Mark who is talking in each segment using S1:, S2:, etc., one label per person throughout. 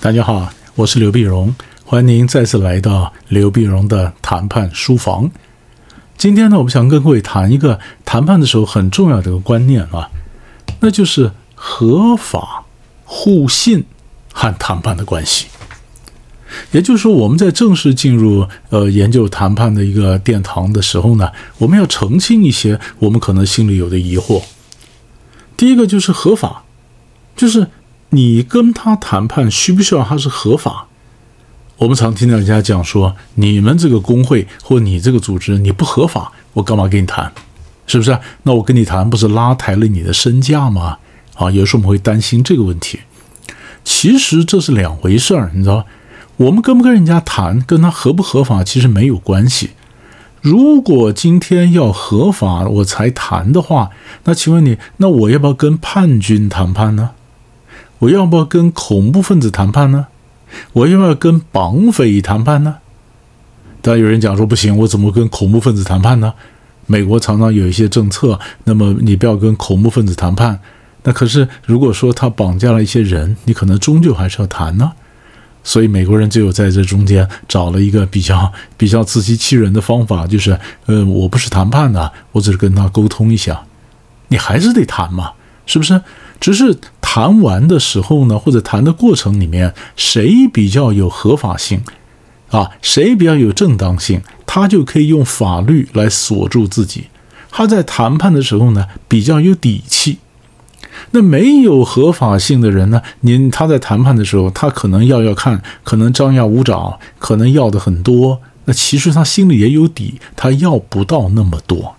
S1: 大家好，我是刘碧荣，欢迎您再次来到刘碧荣的谈判书房。今天呢，我们想跟各位谈一个谈判的时候很重要的一个观念啊，那就是合法、互信和谈判的关系。也就是说，我们在正式进入研究谈判的一个殿堂的时候呢，我们要澄清一些我们可能心里有的疑惑。第一个就是合法，就是你跟他谈判需不需要他是合法？我们常听到人家讲说，你们这个工会或你这个组织你不合法，我干嘛跟你谈？是不是？那我跟你谈不是拉抬了你的身价吗？有时候我们会担心这个问题。其实这是两回事儿，你知道，我们跟不跟人家谈，跟他合不合法其实没有关系。如果今天要合法我才谈的话，那请问你，那我要不要跟叛军谈判呢？我要不要跟恐怖分子谈判呢？我要不要跟绑匪谈判呢？当然有人讲说不行，我怎么跟恐怖分子谈判呢？美国常常有一些政策，那么你不要跟恐怖分子谈判。那可是如果说他绑架了一些人，你可能终究还是要谈呢。所以美国人只有在这中间找了一个比较自欺欺人的方法，就是我不是谈判的，我只是跟他沟通一下。你还是得谈嘛，是不是？只是谈完的时候呢，或者谈的过程里面，谁比较有合法性谁比较有正当性，他就可以用法律来锁住自己。他在谈判的时候呢，比较有底气。那没有合法性的人呢，他在谈判的时候，他可能要看，可能张牙舞爪，可能要的很多，那其实他心里也有底，他要不到那么多。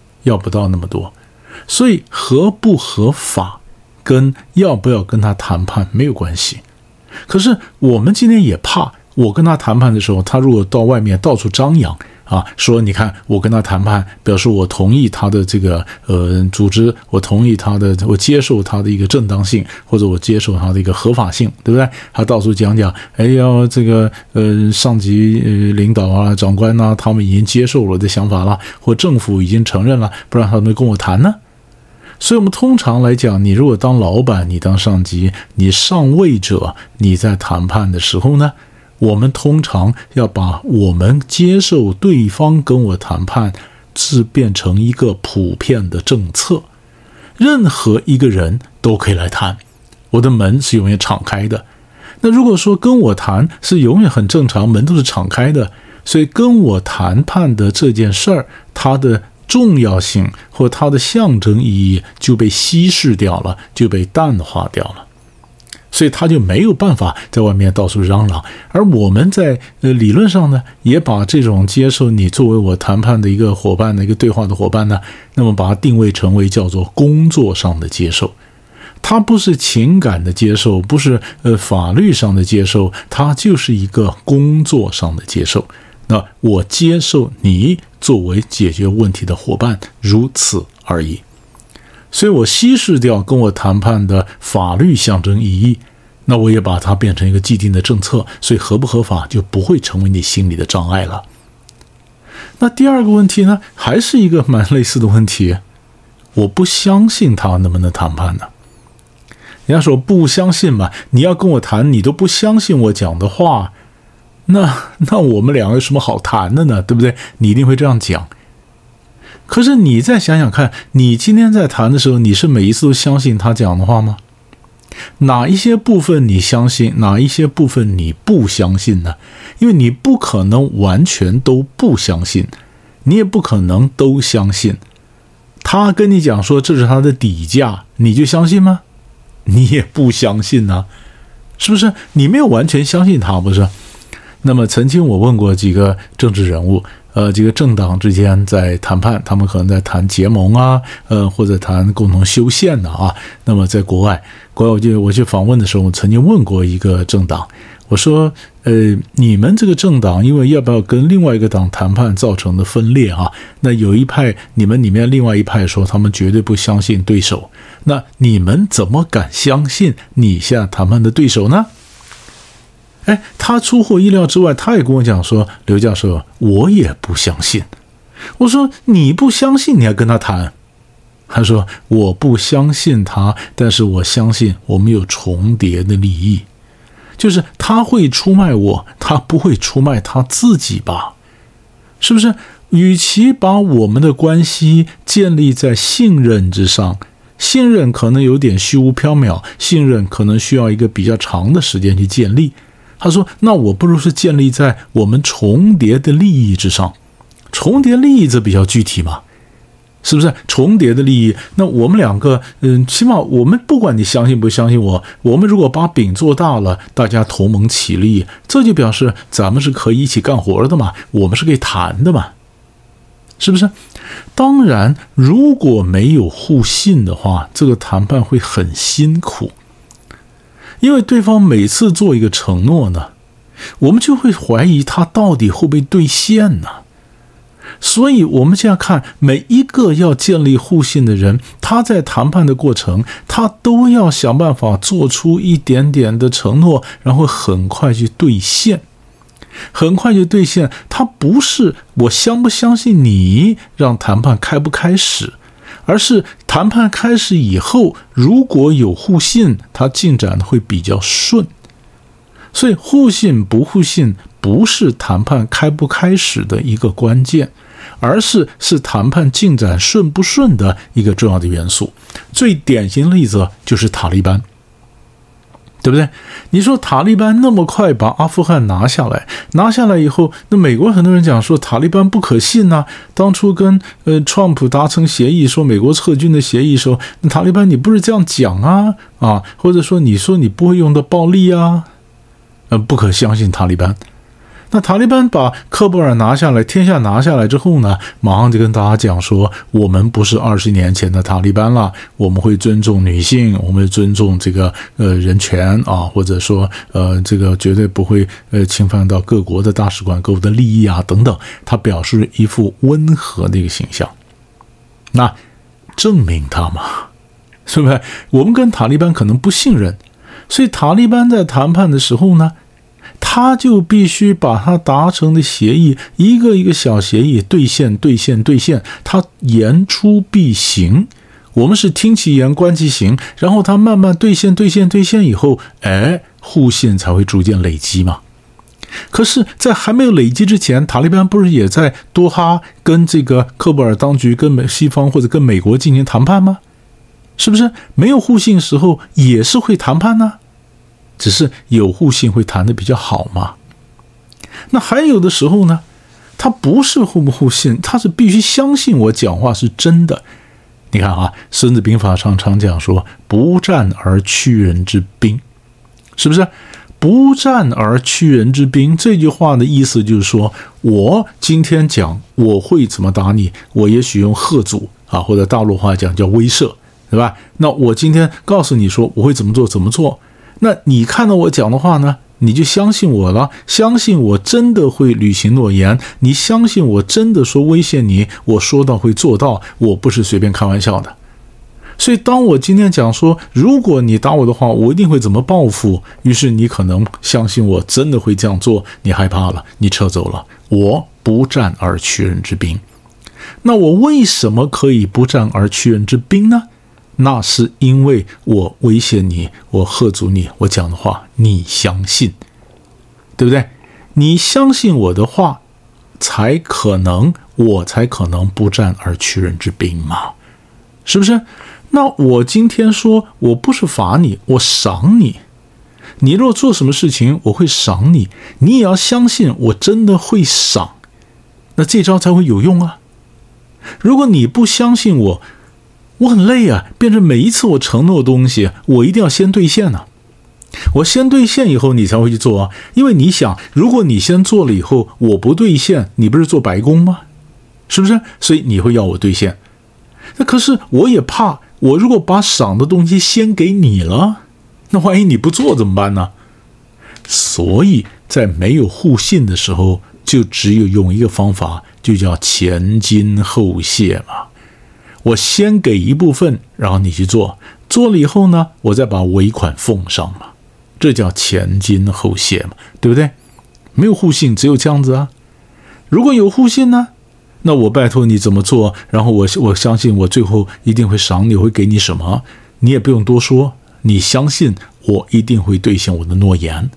S1: 所以合不合法跟要不要跟他谈判没有关系。可是我们今天也怕，我跟他谈判的时候，他如果到外面到处张扬说你看我跟他谈判，表示我同意他的这个组织，我同意他的，我接受他的一个正当性，或者我接受他的一个合法性，对不对？他到处讲这个上级领导长官他们已经接受我的想法了，或政府已经承认了，不然他们跟我谈呢？所以我们通常来讲，你如果当老板，你当上级，你上位者，你在谈判的时候呢，我们通常要把我们接受对方跟我谈判是变成一个普遍的政策，任何一个人都可以来谈，我的门是永远敞开的。那如果说跟我谈是永远很正常，门都是敞开的，所以跟我谈判的这件事儿，它的重要性或它的象征意义就被稀释掉了，就被淡化掉了。所以他就没有办法在外面到处嚷嚷。而我们在理论上呢，也把这种接受你作为我谈判的一个伙伴的一个对话的伙伴呢，那么把它定位成为叫做工作上的接受。它不是情感的接受，不是法律上的接受，它就是一个工作上的接受。那我接受你作为解决问题的伙伴，如此而已。所以我稀释掉跟我谈判的法律象征意义，那我也把它变成一个既定的政策，所以合不合法就不会成为你心里的障碍了。那第二个问题呢，还是一个蛮类似的问题，我不相信他能不能谈判呢？人家说不相信嘛，你要跟我谈，你都不相信我讲的话，那我们两个有什么好谈的呢？对不对？你一定会这样讲。可是你再想想看，你今天在谈的时候，你是每一次都相信他讲的话吗？哪一些部分你相信，哪一些部分你不相信呢？因为你不可能完全都不相信，你也不可能都相信。他跟你讲说这是他的底价，你就相信吗？你也不相信啊，是不是？你没有完全相信他，不是？那么曾经我问过几个政治人物，几个政党之间在谈判，他们可能在谈结盟或者谈共同修宪那么在国外我去访问的时候，我曾经问过一个政党，我说你们这个政党因为要不要跟另外一个党谈判造成的分裂那有一派，你们里面另外一派说他们绝对不相信对手，那你们怎么敢相信你现在谈判的对手呢？他出乎意料之外，他也跟我讲说，刘教授，我也不相信。我说你不相信你还跟他谈？他说我不相信他，但是我相信我们有重叠的利益。 就是他会出卖我，他不会出卖他自己吧？是不是？与其把我们的关系建立在信任之上，信任可能有点虚无缥缈，信任可能需要一个比较长的时间去建立。他说，那我不如是建立在我们重叠的利益之上。重叠利益这比较具体嘛，是不是？重叠的利益，那我们两个，起码我们不管你相信不相信我，我们如果把饼做大了，大家同盟起立，这就表示咱们是可以一起干活的嘛，我们是可以谈的嘛，是不是？当然，如果没有互信的话，这个谈判会很辛苦，因为对方每次做一个承诺呢，我们就会怀疑他到底会不会兑现呢？所以我们现在看每一个要建立互信的人，他在谈判的过程，他都要想办法做出一点点的承诺，然后很快去兑现。很快就兑现，他不是我相不相信你让谈判开不开始，而是谈判开始以后，如果有互信，它进展会比较顺。所以互信不互信不是谈判开不开始的一个关键，而是谈判进展顺不顺的一个重要的元素。最典型的例子就是塔利班，对不对？你说塔利班那么快把阿富汗拿下来以后，那美国很多人讲说塔利班不可信啊。当初跟Trump 达成协议，说美国撤军的协议的时候，那塔利班你不是这样讲啊，或者说你说你不会用到暴力啊，不可相信塔利班。那塔利班把喀布尔拿下来，天下拿下来之后呢，马上就跟大家讲说，我们不是20年前的塔利班了，我们会尊重女性，我们会尊重这个人权啊，或者说这个绝对不会侵犯到各国的大使馆、各国的利益啊等等，他表示一副温和的一个形象。那证明他嘛，是不是？我们跟塔利班可能不信任，所以塔利班在谈判的时候呢，他就必须把他达成的协议一个一个小协议兑现，他言出必行。我们是听其言观其行，然后他慢慢兑现以后，互信才会逐渐累积嘛。可是在还没有累积之前，塔利班不是也在多哈跟这个喀布尔当局跟西方或者跟美国进行谈判吗？是不是？没有互信的时候也是会谈判呢，只是有互信会谈得比较好嘛。那还有的时候呢，他不是互不互信，他是必须相信我讲话是真的。你看啊，孙子兵法常常讲说，不战而屈人之兵，是不是？不战而屈人之兵，这句话的意思就是说，我今天讲我会怎么打你，我也许用吓阻啊，或者大陆话讲叫威慑，对吧？那我今天告诉你说我会怎么做，那你看到我讲的话呢，你就相信我了，相信我真的会履行诺言，你相信我真的说威胁你，我说到会做到，我不是随便开玩笑的。所以当我今天讲说，如果你打我的话，我一定会怎么报复，于是你可能相信我真的会这样做，你害怕了，你撤走了。我不战而屈人之兵。那我为什么可以不战而屈人之兵呢？那是因为我威胁你，我吓阻你，我讲的话你相信，对不对？你相信我的话，我才可能不战而屈人之兵嘛，是不是？那我今天说我不是罚你，我赏你，你若做什么事情我会赏你，你也要相信我真的会赏，那这招才会有用啊。如果你不相信我很累啊，变成每一次我承诺的东西我一定要先兑现啊，我先兑现以后你才会去做啊。因为你想，如果你先做了以后我不兑现，你不是做白工吗？是不是？所以你会要我兑现。那可是我也怕，我如果把赏的东西先给你了，那万一你不做怎么办呢？所以在没有互信的时候，就只有用一个方法，就叫前金后谢嘛。我先给一部分，然后你去做，做了以后呢，我再把尾款奉上嘛，这叫前金后谢嘛，对不对？没有互信，只有这样子啊。如果有互信呢，那我拜托你怎么做，然后我相信我最后一定会赏你，我会给你什么，你也不用多说，你相信我一定会兑现我的诺言，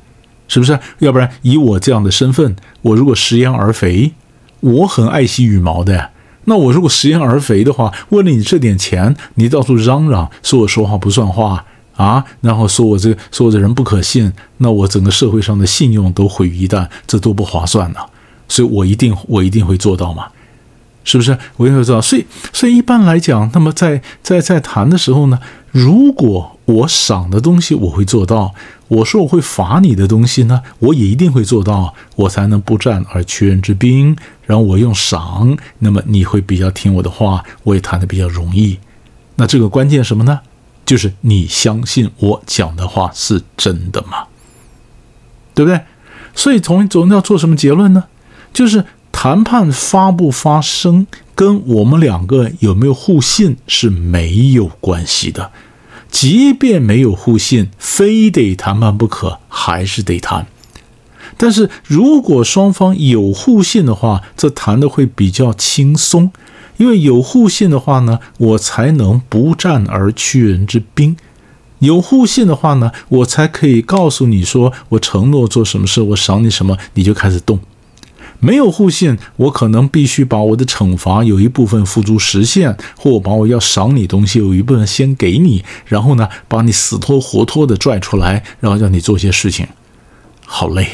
S1: 是不是？要不然以我这样的身份，我如果食言而肥，我很爱惜羽毛的，那我如果食言而肥的话，为了你这点钱，你到处嚷嚷说我说话不算话啊，然后说我这人不可信，那我整个社会上的信用都毁于一旦，这多不划算呢。所以我一定会做到嘛，是不是？我一定会做到。所以一般来讲，那么在谈的时候呢，如果我赏的东西我会做到，我说我会罚你的东西呢，我也一定会做到，我才能不战而屈人之兵。然后我用赏，那么你会比较听我的话，我也谈得比较容易。那这个关键什么呢？就是你相信我讲的话是真的吗？对不对？所以总要做什么结论呢？就是谈判发不发生跟我们两个有没有互信是没有关系的。即便没有互信，非得谈判不可，还是得谈。但是如果双方有互信的话，这谈的会比较轻松，因为有互信的话呢，我才能不战而屈人之兵。有互信的话呢，我才可以告诉你说，我承诺做什么事，我赏你什么，你就开始动。没有互信，我可能必须把我的惩罚有一部分付诸实现，或我把我要赏你东西有一部分先给你，然后呢，把你死拖活拖的拽出来，然后让你做些事情，好累，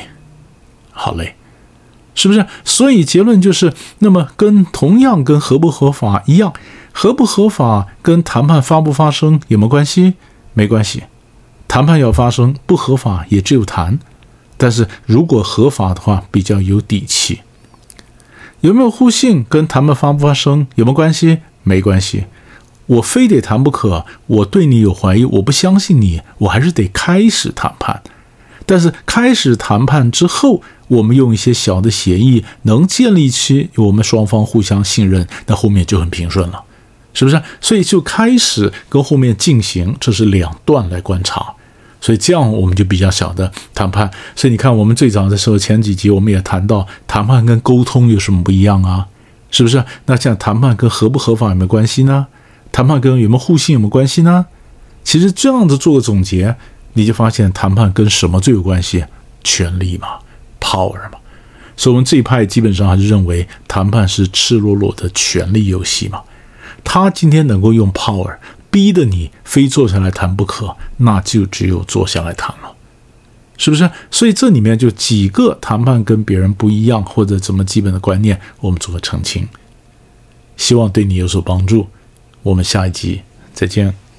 S1: 是不是？所以结论就是，那么同样跟合不合法一样，合不合法跟谈判发不发生有没有关系？没关系，谈判要发生，不合法也只有谈。但是如果合法的话，比较有底气。有没有互信跟谈判发不发生有没有关系？没关系。我非得谈不可，我对你有怀疑，我不相信你，我还是得开始谈判。但是开始谈判之后，我们用一些小的协议能建立起我们双方互相信任，那后面就很平顺了，是不是？所以就开始跟后面进行，这是两段来观察。所以这样我们就比较晓得谈判。所以你看，我们最早的时候前几集我们也谈到，谈判跟沟通有什么不一样啊？是不是？那像谈判跟合不合法有没有关系呢？谈判跟有没有互信有没有关系呢？其实这样子做个总结，你就发现谈判跟什么最有关系？权力嘛， power 嘛。所以我们这一派基本上还是认为谈判是赤裸裸的权力游戏嘛。他今天能够用 power逼得你非坐下来谈不可，那就只有坐下来谈了，是不是？所以这里面就几个谈判跟别人不一样或者怎么基本的观念，我们做个澄清，希望对你有所帮助。我们下一集再见。